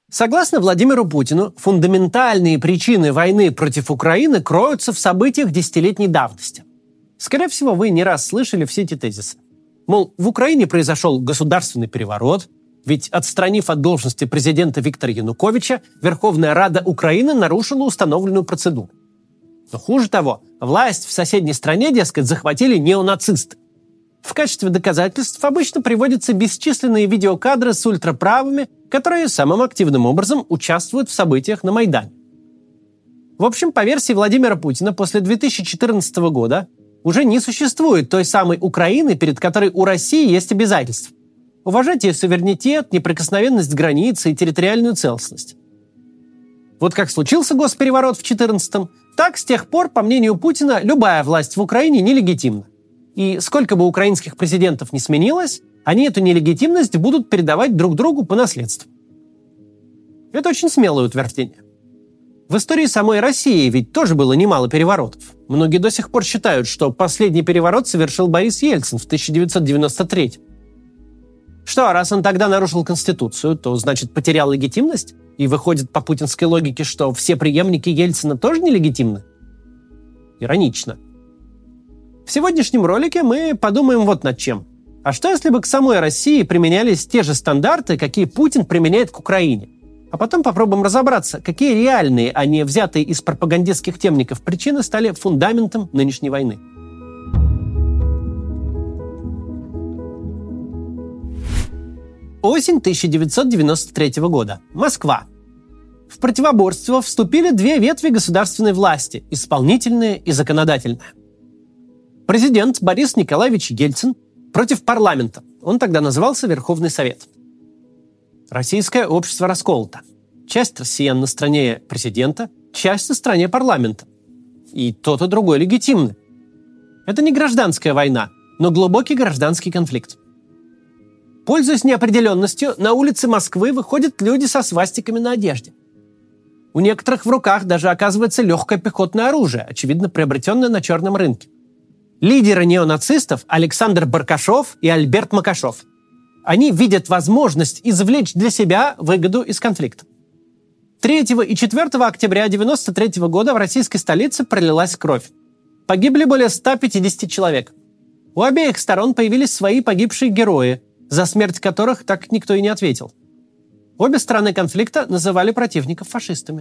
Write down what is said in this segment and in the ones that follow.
Согласно Владимиру Путину, фундаментальные причины войны против Украины кроются в событиях десятилетней давности. Скорее всего, вы не раз слышали все эти тезисы. Мол, в Украине произошел государственный переворот, ведь, отстранив от должности президента Виктора Януковича, Верховная Рада Украины нарушила установленную процедуру. Но хуже того, власть в соседней стране, дескать, захватили неонацисты. В качестве доказательств обычно приводятся бесчисленные видеокадры с ультраправыми, которые самым активным образом участвуют в событиях на Майдане. В общем, по версии Владимира Путина, после 2014 года уже не существует той самой Украины, перед которой у России есть обязательства. Уважать ее суверенитет, неприкосновенность границ и территориальную целостность. Вот как случился госпереворот в 2014-м, так с тех пор, по мнению Путина, любая власть в Украине нелегитимна. И сколько бы украинских президентов ни сменилось, они эту нелегитимность будут передавать друг другу по наследству. Это очень смелое утверждение. В истории самой России ведь тоже было немало переворотов. Многие до сих пор считают, что последний переворот совершил Борис Ельцин в 1993. Что, раз он тогда нарушил Конституцию, то значит потерял легитимность? И выходит по путинской логике, что все преемники Ельцина тоже нелегитимны? Иронично. В сегодняшнем ролике мы подумаем вот над чем. А что, если бы к самой России применялись те же стандарты, какие Путин применяет к Украине? А потом попробуем разобраться, какие реальные, а не взятые из пропагандистских темников причины стали фундаментом нынешней войны. Осень 1993 года. Москва. В противоборство вступили две ветви государственной власти – исполнительная и законодательная. Президент Борис Николаевич Ельцин против парламента. Он тогда назывался Верховный Совет. Российское общество расколото. Часть россиян на стороне президента, часть на стороне парламента. И тот, и другой легитимны. Это не гражданская война, но глубокий гражданский конфликт. Пользуясь неопределенностью, на улицы Москвы выходят люди со свастиками на одежде. У некоторых в руках даже оказывается легкое пехотное оружие, очевидно приобретенное на черном рынке. Лидеры неонацистов Александр Баркашов и Альберт Макашов. Они видят возможность извлечь для себя выгоду из конфликта. 3 и 4 октября 1993 года в российской столице пролилась кровь. Погибли более 150 человек. У обеих сторон появились свои погибшие герои, за смерть которых так никто и не ответил. Обе стороны конфликта называли противников фашистами.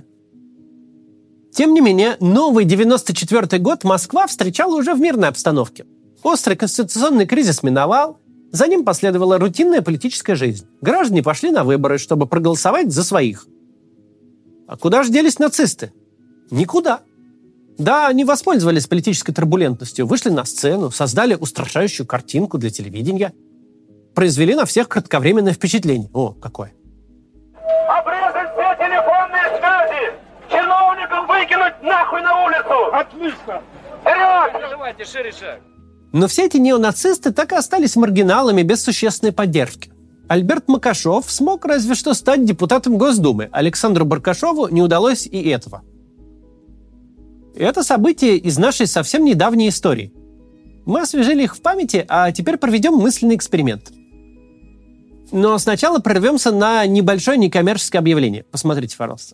Тем не менее, новый 94 год Москва встречала уже в мирной обстановке. Острый конституционный кризис миновал, за ним последовала рутинная политическая жизнь. Граждане пошли на выборы, чтобы проголосовать за своих. А куда же делись нацисты? Никуда. Да, они воспользовались политической турбулентностью, вышли на сцену, создали устрашающую картинку для телевидения, произвели на всех кратковременное впечатление. О, какое! Обрезать все телефонные связи! Чиновникам выкинуть нахуй на улицу! Отлично! Вперед! Давайте, шире шаг. Но все эти неонацисты так и остались маргиналами без существенной поддержки. Альберт Макашов смог разве что стать депутатом Госдумы. Александру Баркашову не удалось и этого. Это события из нашей совсем недавней истории. Мы освежили их в памяти, а теперь проведем мысленный эксперимент. Но сначала прервемся на небольшое некоммерческое объявление. Посмотрите, пожалуйста.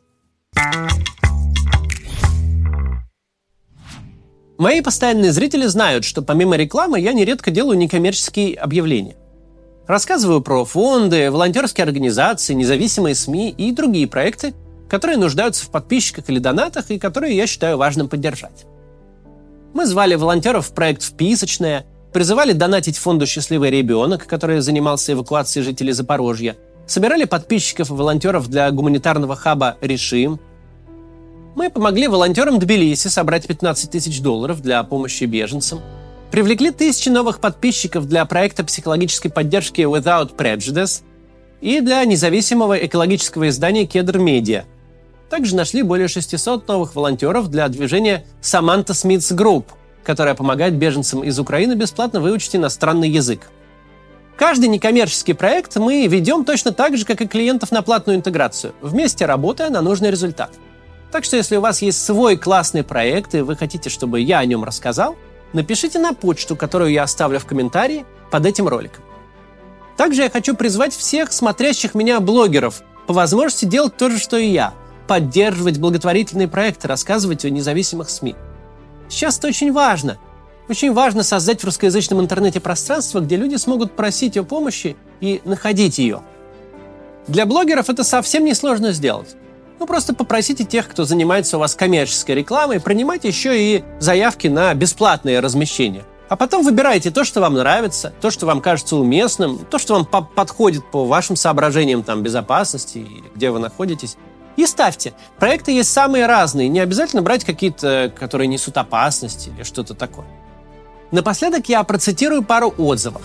Мои постоянные зрители знают, что помимо рекламы я нередко делаю некоммерческие объявления. Рассказываю про фонды, волонтерские организации, независимые СМИ и другие проекты, которые нуждаются в подписчиках или донатах и которые я считаю важным поддержать. Мы звали волонтеров в проект «Вписочная», призывали донатить фонду «Счастливый ребенок», который занимался эвакуацией жителей Запорожья, собирали подписчиков и волонтеров для гуманитарного хаба «Решим». Мы помогли волонтерам Тбилиси собрать $15 тысяч для помощи беженцам, привлекли тысячи новых подписчиков для проекта психологической поддержки Without Prejudice и для независимого экологического издания «Кедр Медиа». Также нашли более 600 новых волонтеров для движения Samantha Smith's Group, которая помогает беженцам из Украины бесплатно выучить иностранный язык. Каждый некоммерческий проект мы ведем точно так же, как и клиентов на платную интеграцию, вместе работая на нужный результат. Так что если у вас есть свой классный проект и вы хотите, чтобы я о нем рассказал, напишите на почту, которую я оставлю в комментарии под этим роликом. Также я хочу призвать всех смотрящих меня блогеров По возможности делать то же, что и я. Поддерживать благотворительные проекты, рассказывать о независимых СМИ. Сейчас это очень важно. Очень важно создать в русскоязычном интернете пространство, где люди смогут просить о помощи и находить ее. Для блогеров это совсем несложно сделать. Просто попросите тех, кто занимается у вас коммерческой рекламой, принимать еще и заявки на бесплатные размещения. А потом выбирайте то, что вам нравится, то, что вам кажется уместным, то, что вам подходит по вашим соображениям безопасности или где вы находитесь. И ставьте. Проекты есть самые разные. Не обязательно брать какие-то, которые несут опасность или что-то такое. Напоследок я процитирую пару отзывов.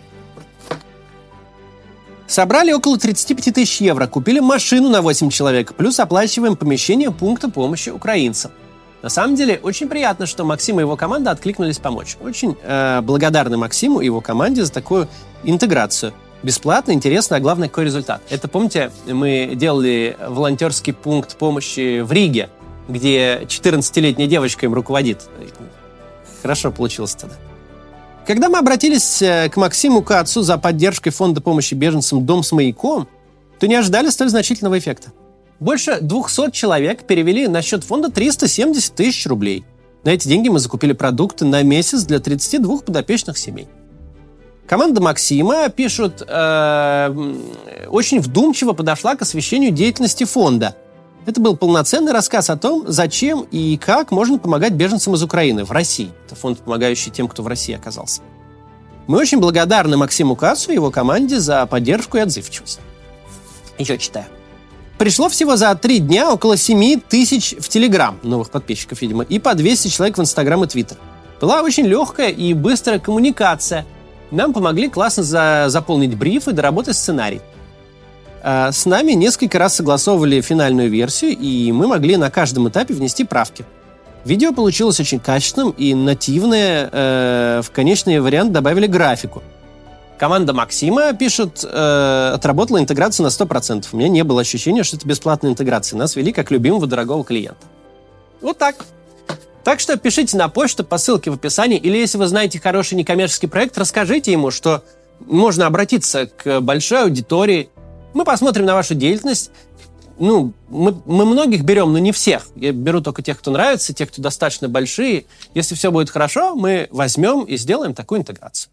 Собрали около 35 тысяч евро, купили машину на 8 человек, плюс оплачиваем помещение пункта помощи украинцам. На самом деле, очень приятно, что Максим и его команда откликнулись помочь. Очень благодарны Максиму и его команде за такую интеграцию. Бесплатно, интересно, а главное, какой результат. Это, помните, мы делали волонтерский пункт помощи в Риге, где 14-летняя девочка им руководит. Хорошо получилось тогда. Когда мы обратились к Максиму Кацу за поддержкой фонда помощи беженцам «Дом с маяком», то не ожидали столь значительного эффекта. Больше 200 человек перевели на счет фонда 370 тысяч рублей. На эти деньги мы закупили продукты на месяц для 32 подопечных семей. Команда Максима, пишут, очень вдумчиво подошла к освещению деятельности фонда. Это был полноценный рассказ о том, зачем и как можно помогать беженцам из Украины в России. Это фонд, помогающий тем, кто в России оказался. Мы очень благодарны Максиму Кацу и его команде за поддержку и отзывчивость. Еще читаю. Пришло всего за 3 дня около 7 тысяч в Телеграм, новых подписчиков, видимо, и по 200 человек в Инстаграм и Твиттер. Была очень легкая и быстрая коммуникация. Нам помогли классно заполнить бриф и доработать сценарий. С нами несколько раз согласовывали финальную версию, и мы могли на каждом этапе внести правки. Видео получилось очень качественным и нативное. В конечный вариант добавили графику. Команда Максима, пишет, отработала интеграцию на 100%. У меня не было ощущения, что это бесплатная интеграция. Нас вели как любимого дорогого клиента. Вот так. Так что пишите на почту по ссылке в описании, или если вы знаете хороший некоммерческий проект, расскажите ему, что можно обратиться к большой аудитории. Мы посмотрим на вашу деятельность. Мы многих берем, но не всех. Я беру только тех, кто нравится, тех, кто достаточно большие. Если все будет хорошо, мы возьмем и сделаем такую интеграцию.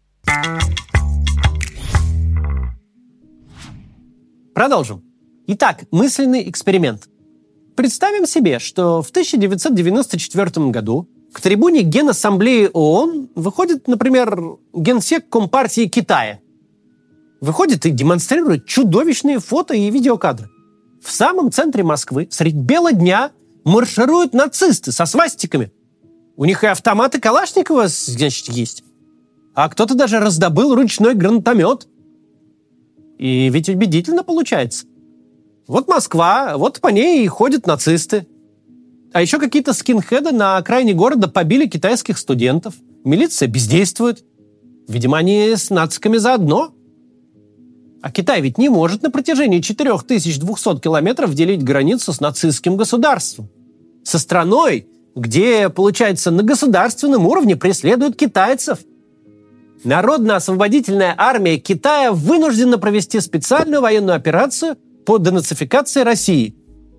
Продолжим. Итак, мысленный эксперимент. Представим себе, что в 1994 году к трибуне Генассамблеи ООН выходит, например, генсек Компартии Китая. Выходит и демонстрирует чудовищные фото и видеокадры. В самом центре Москвы средь бела дня маршируют нацисты со свастиками. У них и автоматы Калашникова, значит, есть. А кто-то даже раздобыл ручной гранатомет. И ведь убедительно получается. Вот Москва, вот по ней и ходят нацисты. А еще какие-то скинхеды на окраине города побили китайских студентов. Милиция бездействует. Видимо, они с нациками заодно. А Китай ведь не может на протяжении 4200 километров делить границу с нацистским государством. Со страной, где, получается, на государственном уровне преследуют китайцев. Народно-освободительная армия Китая вынуждена провести специальную военную операцию по денацификации России.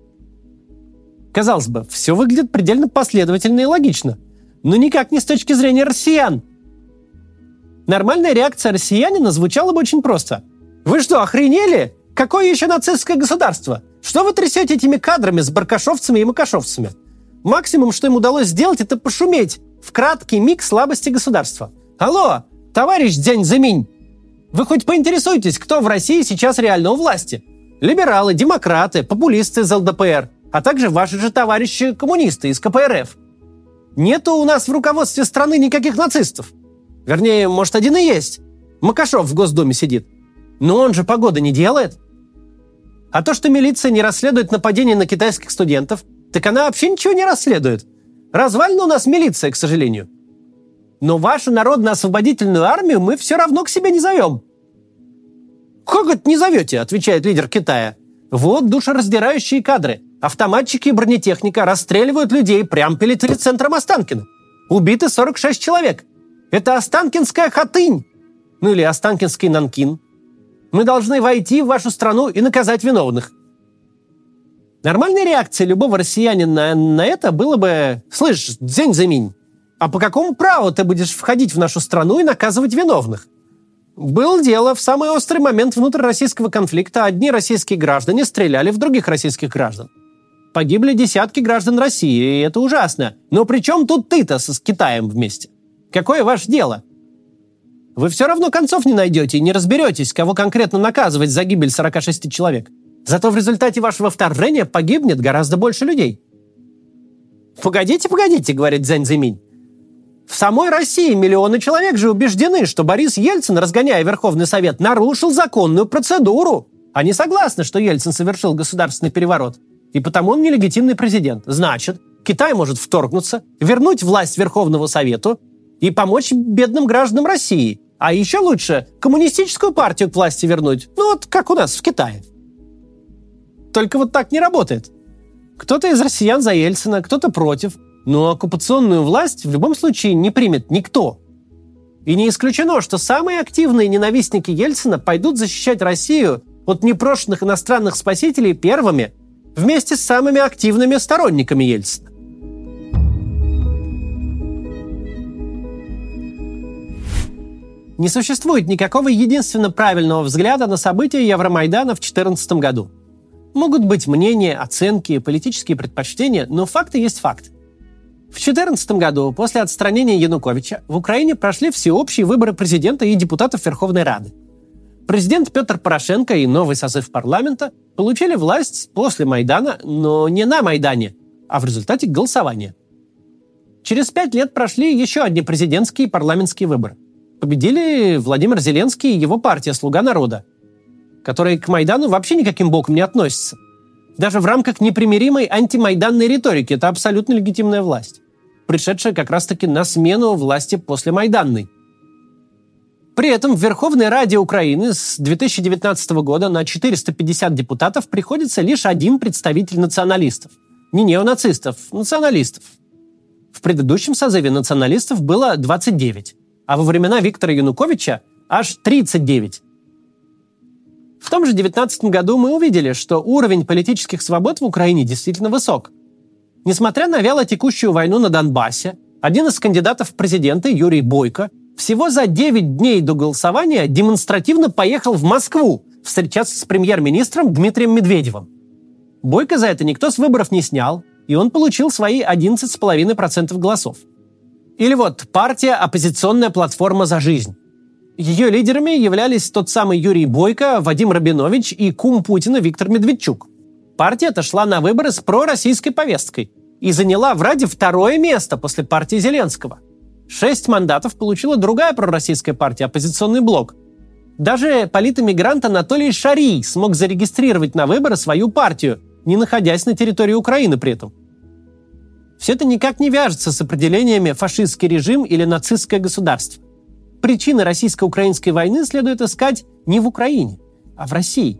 Казалось бы, все выглядит предельно последовательно и логично, но никак не с точки зрения россиян. Нормальная реакция россиянина звучала бы очень просто. Вы что, охренели? Какое еще нацистское государство? Что вы трясете этими кадрами с баркашовцами и макашовцами? Максимум, что им удалось сделать, это пошуметь в краткий миг слабости государства. Алло, товарищ Дзянь Зэминь, вы хоть поинтересуйтесь, кто в России сейчас реально у власти? Либералы, демократы, популисты из ЛДПР, а также ваши же товарищи-коммунисты из КПРФ. Нету у нас в руководстве страны никаких нацистов. Вернее, может, один и есть. Макашов в Госдуме сидит. Но он же погоды не делает. А то, что милиция не расследует нападение на китайских студентов, так она вообще ничего не расследует. Развалена у нас милиция, к сожалению. Но вашу народно-освободительную армию мы все равно к себе не зовем. «Как это не зовете?» – отвечает лидер Китая. «Вот душераздирающие кадры. Автоматчики и бронетехника расстреливают людей прямо перед центром Останкино. Убиты 46 человек. Это Останкинская Хатынь. Или Останкинский Нанкин. Мы должны войти в вашу страну и наказать виновных. Нормальной реакцией любого россиянина на это было бы: слышь, Цзянь Зэминь, а по какому праву ты будешь входить в нашу страну и наказывать виновных? Было дело, в самый острый момент внутрироссийского конфликта одни российские граждане стреляли в других российских граждан. Погибли десятки граждан России, и это ужасно. Но при чем тут ты-то с Китаем вместе? Какое ваше дело? Вы все равно концов не найдете и не разберетесь, кого конкретно наказывать за гибель 46 человек. Зато в результате вашего вторжения погибнет гораздо больше людей. «Погодите, — говорит Цзянь Зэминь. В самой России миллионы человек же убеждены, что Борис Ельцин, разгоняя Верховный Совет, нарушил законную процедуру. Они согласны, что Ельцин совершил государственный переворот, и потому он нелегитимный президент. Значит, Китай может вторгнуться, вернуть власть Верховному Совету и помочь бедным гражданам России. А еще лучше коммунистическую партию к власти вернуть. Ну вот как у нас в Китае. Только вот так не работает. Кто-то из россиян за Ельцина, кто-то против. Но оккупационную власть в любом случае не примет никто. И не исключено, что самые активные ненавистники Ельцина пойдут защищать Россию от непрошенных иностранных спасителей первыми, вместе с самыми активными сторонниками Ельцина. Не существует никакого единственно правильного взгляда на события Евромайдана в 2014 году. Могут быть мнения, оценки, политические предпочтения, но факты есть факты. В 2014 году, после отстранения Януковича, в Украине прошли всеобщие выборы президента и депутатов Верховной Рады. Президент Петр Порошенко и новый созыв парламента получили власть после Майдана, но не на Майдане, а в результате голосования. Через 5 лет прошли еще одни президентские и парламентские выборы. Победили Владимир Зеленский и его партия «Слуга народа», которые к Майдану вообще никаким боком не относятся. Даже в рамках непримиримой антимайданной риторики это абсолютно легитимная власть, пришедшая как раз-таки на смену власти после Майданной. При этом в Верховной Раде Украины с 2019 года на 450 депутатов приходится лишь один представитель националистов. Не неонацистов, националистов. В предыдущем созыве националистов было 29, а во времена Виктора Януковича аж 39. В том же 2019 году мы увидели, что уровень политических свобод в Украине действительно высок. Несмотря на вяло текущую войну на Донбассе, один из кандидатов в президенты, Юрий Бойко, всего за 9 дней до голосования демонстративно поехал в Москву встречаться с премьер-министром Дмитрием Медведевым. Бойко за это никто с выборов не снял, и он получил свои 11,5% голосов. Или вот партия «Оппозиционная платформа за жизнь». Ее лидерами являлись тот самый Юрий Бойко, Вадим Рабинович и кум Путина Виктор Медведчук. Партия эта шла на выборы с пророссийской повесткой и заняла в Раде 2-е место после партии Зеленского. 6 мандатов получила другая пророссийская партия «Оппозиционный блок». Даже политэмигрант Анатолий Шарий смог зарегистрировать на выборы свою партию, не находясь на территории Украины при этом. Все это никак не вяжется с определениями «фашистский режим» или «нацистское государство». Причины российско-украинской войны следует искать не в Украине, а в России.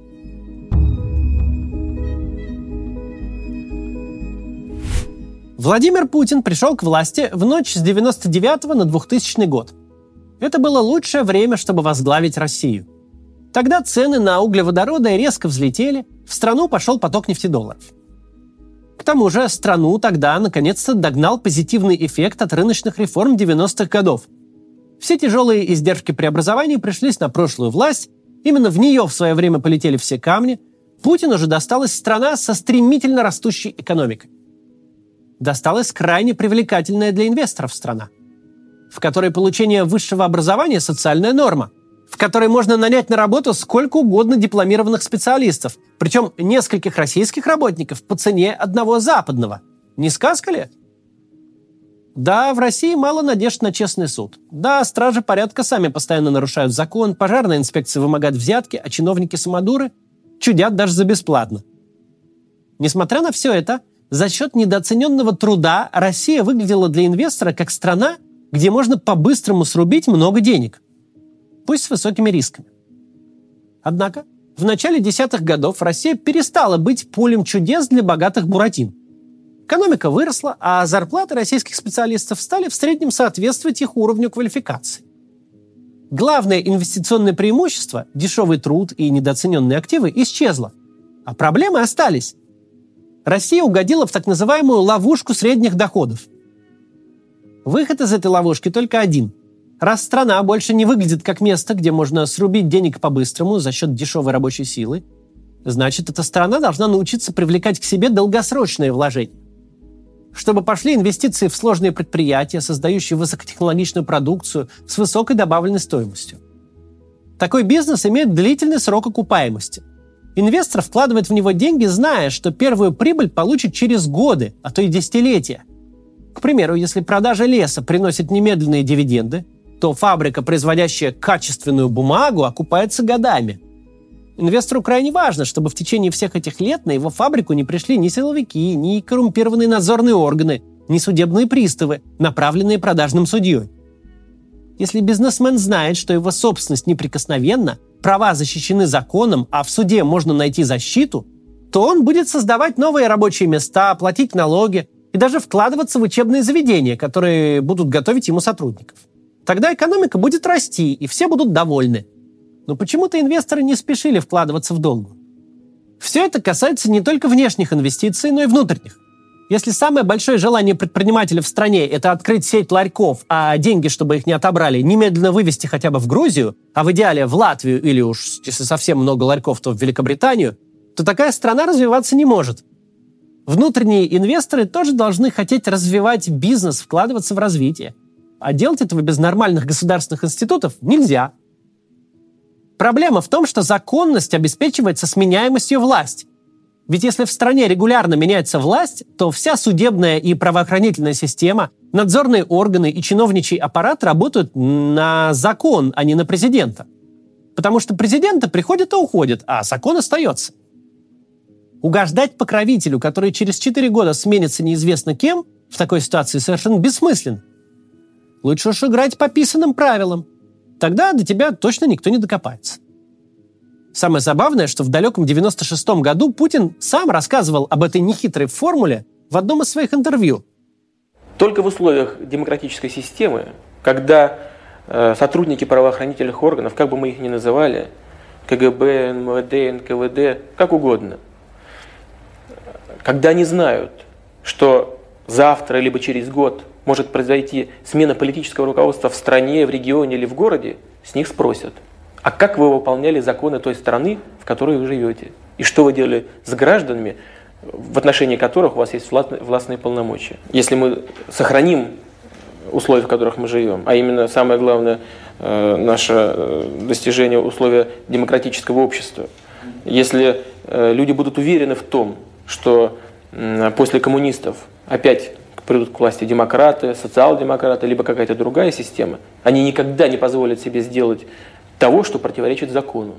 Владимир Путин пришел к власти в ночь с 1999 на 2000 год. Это было лучшее время, чтобы возглавить Россию. Тогда цены на углеводороды резко взлетели, в страну пошел поток нефтедолларов. К тому же страну тогда наконец-то догнал позитивный эффект от рыночных реформ 90-х годов. Все тяжелые издержки преобразований пришлись на прошлую власть, именно в нее в свое время полетели все камни. Путину же досталась страна со стремительно растущей экономикой. Досталась крайне привлекательная для инвесторов страна, в которой получение высшего образования – социальная норма, в которой можно нанять на работу сколько угодно дипломированных специалистов, причем нескольких российских работников по цене одного западного. Не сказка ли? Да, в России мало надежд на честный суд. Да, стражи порядка сами постоянно нарушают закон, пожарная инспекция вымогает взятки, а чиновники-самодуры чудят даже за бесплатно. Несмотря на все это, за счет недооцененного труда Россия выглядела для инвестора как страна, где можно по-быстрому срубить много денег. Пусть с высокими рисками. Однако, в начале десятых годов Россия перестала быть полем чудес для богатых буратин. Экономика выросла, а зарплаты российских специалистов стали в среднем соответствовать их уровню квалификации. главное инвестиционное преимущество – дешевый труд и недооцененные активы – исчезло. А проблемы остались. Россия угодила в так называемую ловушку средних доходов. Выход из этой ловушки только один. Раз страна больше не выглядит как место, где можно срубить денег по-быстрому за счет дешевой рабочей силы, значит, эта страна должна научиться привлекать к себе долгосрочные вложения. Чтобы пошли инвестиции в сложные предприятия, создающие высокотехнологичную продукцию с высокой добавленной стоимостью. Такой бизнес имеет длительный срок окупаемости. Инвестор вкладывает в него деньги, зная, что первую прибыль получит через годы, а то и десятилетия. К примеру, если продажа леса приносит немедленные дивиденды, то фабрика, производящая качественную бумагу, окупается годами. Инвестору крайне важно, чтобы в течение всех этих лет на его фабрику не пришли ни силовики, ни коррумпированные надзорные органы, ни судебные приставы, направленные продажным судьей. Если бизнесмен знает, что его собственность неприкосновенна, права защищены законом, а в суде можно найти защиту, то он будет создавать новые рабочие места, платить налоги и даже вкладываться в учебные заведения, которые будут готовить ему сотрудников. Тогда экономика будет расти, и все будут довольны. Но почему-то инвесторы не спешили вкладываться в долгу. Все это касается не только внешних инвестиций, но и внутренних. Если самое большое желание предпринимателя в стране – это открыть сеть ларьков, а деньги, чтобы их не отобрали, немедленно вывести хотя бы в Грузию, а в идеале в Латвию или уж, если совсем много ларьков, то в Великобританию, то такая страна развиваться не может. Внутренние инвесторы тоже должны хотеть развивать бизнес, вкладываться в развитие. А делать этого без нормальных государственных институтов нельзя. Проблема в том, что законность обеспечивается сменяемостью власти. Ведь если в стране регулярно меняется власть, то вся судебная и правоохранительная система, надзорные органы и чиновничий аппарат работают на закон, а не на президента. Потому что президенты приходят и уходят, а закон остается. Угождать покровителю, который через 4 года сменится неизвестно кем, в такой ситуации совершенно бессмысленно. Лучше уж играть по писанным правилам. Тогда до тебя точно никто не докопается. Самое забавное, что в далеком 96-м году Путин сам рассказывал об этой нехитрой формуле в одном из своих интервью. Только в условиях демократической системы, когда сотрудники правоохранительных органов, как бы мы их ни называли, КГБ, МВД, НКВД, как угодно, когда они знают, что завтра либо через год может произойти смена политического руководства в стране, в регионе или в городе, с них спросят: а как вы выполняли законы той страны, в которой вы живете? И что вы делали с гражданами, в отношении которых у вас есть властные полномочия? Если мы сохраним условия, в которых мы живем, а именно самое главное наше достижение условия демократического общества, если люди будут уверены в том, что после коммунистов опять придут к власти демократы, социал-демократы, либо какая-то другая система, они никогда не позволят себе сделать того, что противоречит закону.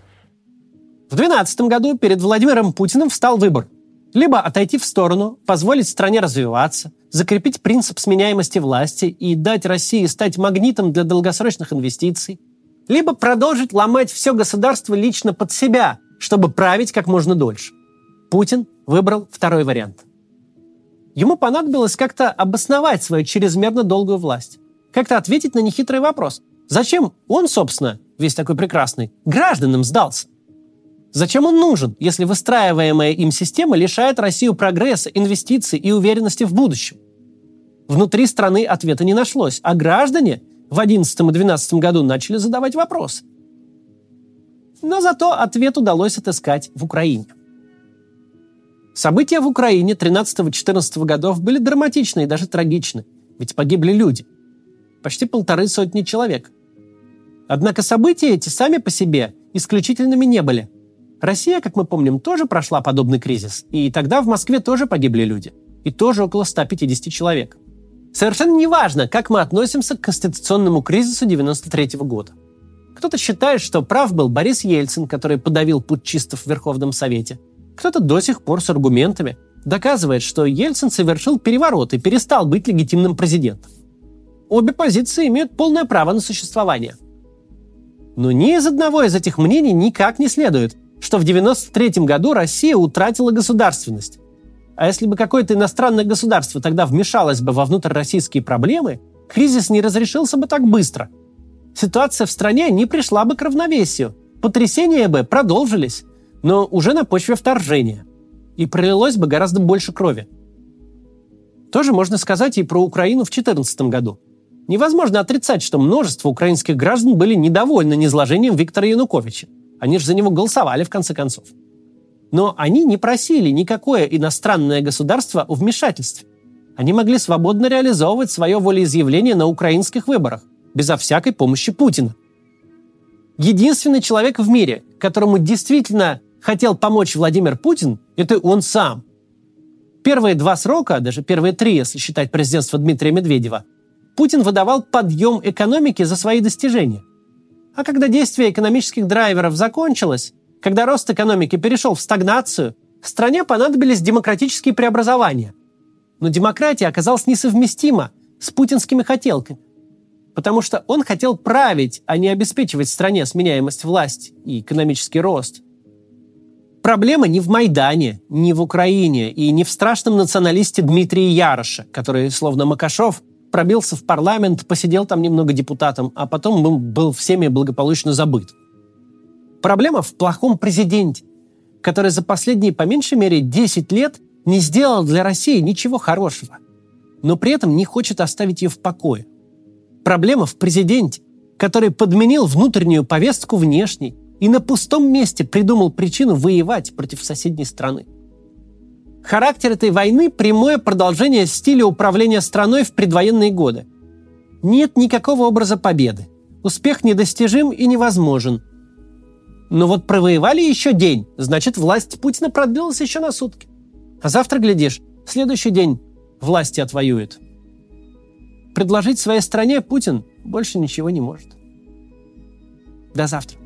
В 2012 году перед Владимиром Путиным встал выбор. Либо отойти в сторону, позволить стране развиваться, закрепить принцип сменяемости власти и дать России стать магнитом для долгосрочных инвестиций, либо продолжить ломать все государство лично под себя, чтобы править как можно дольше. Путин выбрал второй вариант. Ему понадобилось как-то обосновать свою чрезмерно долгую власть, как-то ответить на нехитрый вопрос. Зачем он, собственно, весь такой прекрасный, гражданам сдался? Зачем он нужен, если выстраиваемая им система лишает Россию прогресса, инвестиций и уверенности в будущем? Внутри страны ответа не нашлось, а граждане в 2011 и 2012 году начали задавать вопросы. Но зато ответ удалось отыскать в Украине. События в Украине 13-14 годов были драматичны и даже трагичны, ведь погибли люди. Почти 150 человек. Однако события эти сами по себе исключительными не были. Россия, как мы помним, тоже прошла подобный кризис, и тогда в Москве тоже погибли люди, и тоже около 150 человек. Совершенно неважно, как мы относимся к конституционному кризису 1993 года. Кто-то считает, что прав был Борис Ельцин, который подавил путчистов в Верховном Совете. Кто-то до сих пор с аргументами доказывает, что Ельцин совершил переворот и перестал быть легитимным президентом. Обе позиции имеют полное право на существование. Но ни из одного из этих мнений никак не следует, что в 1993 году Россия утратила государственность. А если бы какое-то иностранное государство тогда вмешалось бы во внутрироссийские проблемы, кризис не разрешился бы так быстро. ситуация в стране не пришла бы к равновесию. Потрясения бы продолжились, но уже на почве вторжения. И пролилось бы гораздо больше крови. Тоже можно сказать и про Украину в 2014 году. Невозможно отрицать, что множество украинских граждан были недовольны низложением Виктора Януковича. Они же за него голосовали, в конце концов. Но они не просили никакое иностранное государство о вмешательстве. Они могли свободно реализовывать свое волеизъявление на украинских выборах, безо всякой помощи Путина. Единственный человек в мире, которому действительно хотел помочь Владимир Путин, это он сам. Первые 2 срока, даже первые 3, если считать президентство Дмитрия Медведева, Путин выдавал подъем экономики за свои достижения. А когда действие экономических драйверов закончилось, когда рост экономики перешел в стагнацию, стране понадобились демократические преобразования. Но демократия оказалась несовместима с путинскими хотелками. Потому что он хотел править, а не обеспечивать стране сменяемость власти и экономический рост. Проблема не в Майдане, не в Украине и не в страшном националисте Дмитрии Яроше, который, словно Макашов, пробился в парламент, посидел там немного депутатом, а потом был всеми благополучно забыт. Проблема в плохом президенте, который за последние, по меньшей мере, 10 лет не сделал для России ничего хорошего, но при этом не хочет оставить ее в покое. Проблема в президенте, который подменил внутреннюю повестку внешней и на пустом месте придумал причину воевать против соседней страны. Характер этой войны – прямое продолжение стиля управления страной в предвоенные годы. Нет никакого образа победы. Успех недостижим и невозможен. Но вот провоевали еще день, значит, власть Путина продлилась еще на сутки. А завтра, глядишь, следующий день власти отвоюет. Предложить своей стране Путин больше ничего не может. До завтра.